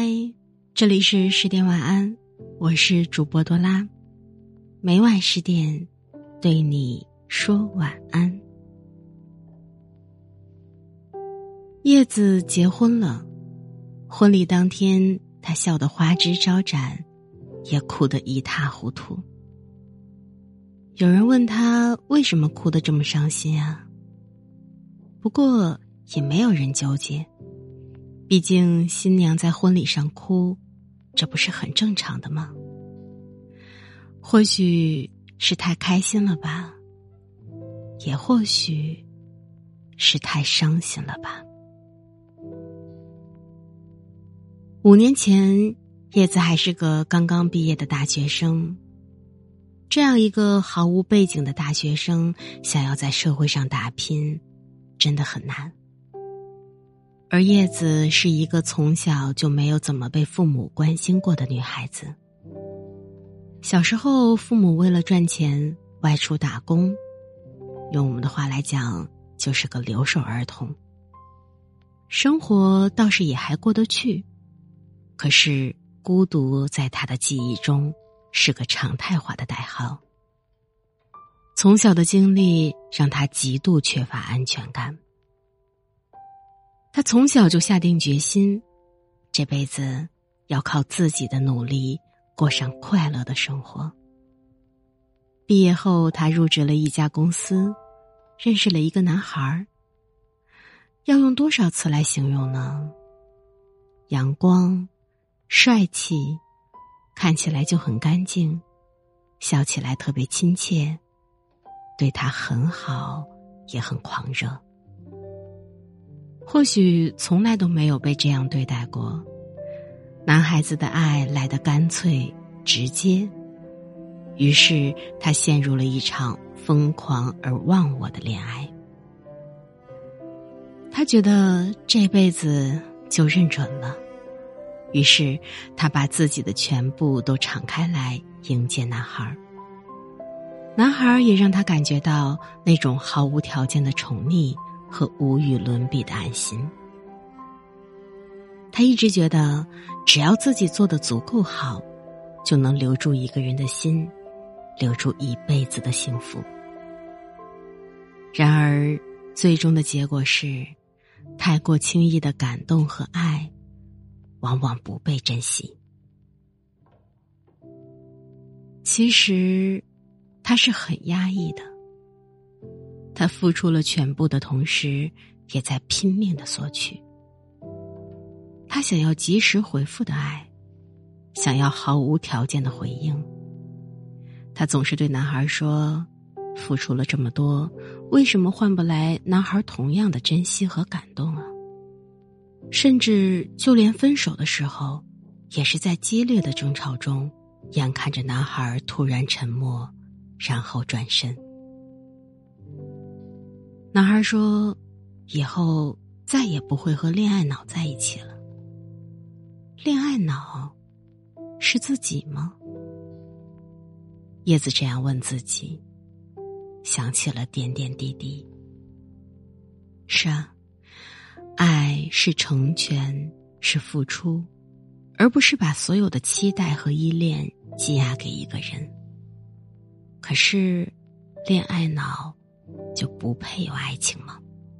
嗨，这里是10点晚安，我是主播多拉，每晚10点对你说晚安。叶子结婚了，婚礼当天，她笑得花枝招展，也哭得一塌糊涂。有人问她为什么哭得这么伤心啊？不过也没有人纠结，毕竟新娘在婚礼上哭，这不是很正常的吗？或许是太开心了吧，也或许是太伤心了吧。5年前，叶子还是个刚刚毕业的大学生。这样一个毫无背景的大学生，想要在社会上打拼，真的很难。而叶子是一个从小就没有怎么被父母关心过的女孩子。小时候，父母为了赚钱外出打工，用我们的话来讲，就是个留守儿童。生活倒是也还过得去，可是孤独在她的记忆中是个常态化的代号。从小的经历让她极度缺乏安全感。她从小就下定决心，这辈子要靠自己的努力过上快乐的生活。毕业后，她入职了一家公司，认识了一个男孩。要用多少词来形容呢？阳光、帅气，看起来就很干净，笑起来特别亲切，对他很好，也很狂热。或许从来都没有被这样对待过，男孩子的爱来得干脆直接，于是他陷入了一场疯狂而忘我的恋爱。他觉得这辈子就认准了，于是他把自己的全部都敞开来迎接男孩。男孩也让他感觉到那种毫无条件的宠溺和无与伦比的安心。他一直觉得只要自己做得足够好，就能留住一个人的心，留住一辈子的幸福。然而最终的结果是，太过轻易的感动和爱往往不被珍惜。其实他是很压抑的，他付出了全部的同时，也在拼命的索取。他想要及时回复的爱，想要毫无条件的回应。他总是对男孩说，付出了这么多，为什么换不来男孩同样的珍惜和感动啊？甚至就连分手的时候，也是在激烈的争吵中，眼看着男孩突然沉默，然后转身。男孩说，以后再也不会和恋爱脑在一起了。恋爱脑是自己吗？叶子这样问自己，想起了点点滴滴。是啊，爱是成全，是付出，而不是把所有的期待和依恋积压给一个人。可是恋爱脑就不配有爱情吗？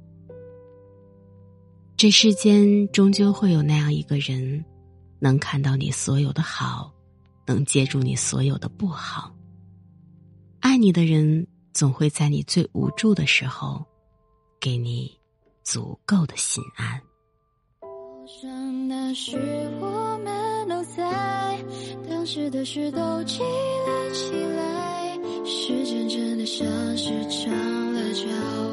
这世间终究会有那样一个人，能看到你所有的好，能接住你所有的不好。爱你的人总会在你最无助的时候，给你足够的心安。 那时我们都在，当时的事都记了起来，时间真的像是长了脚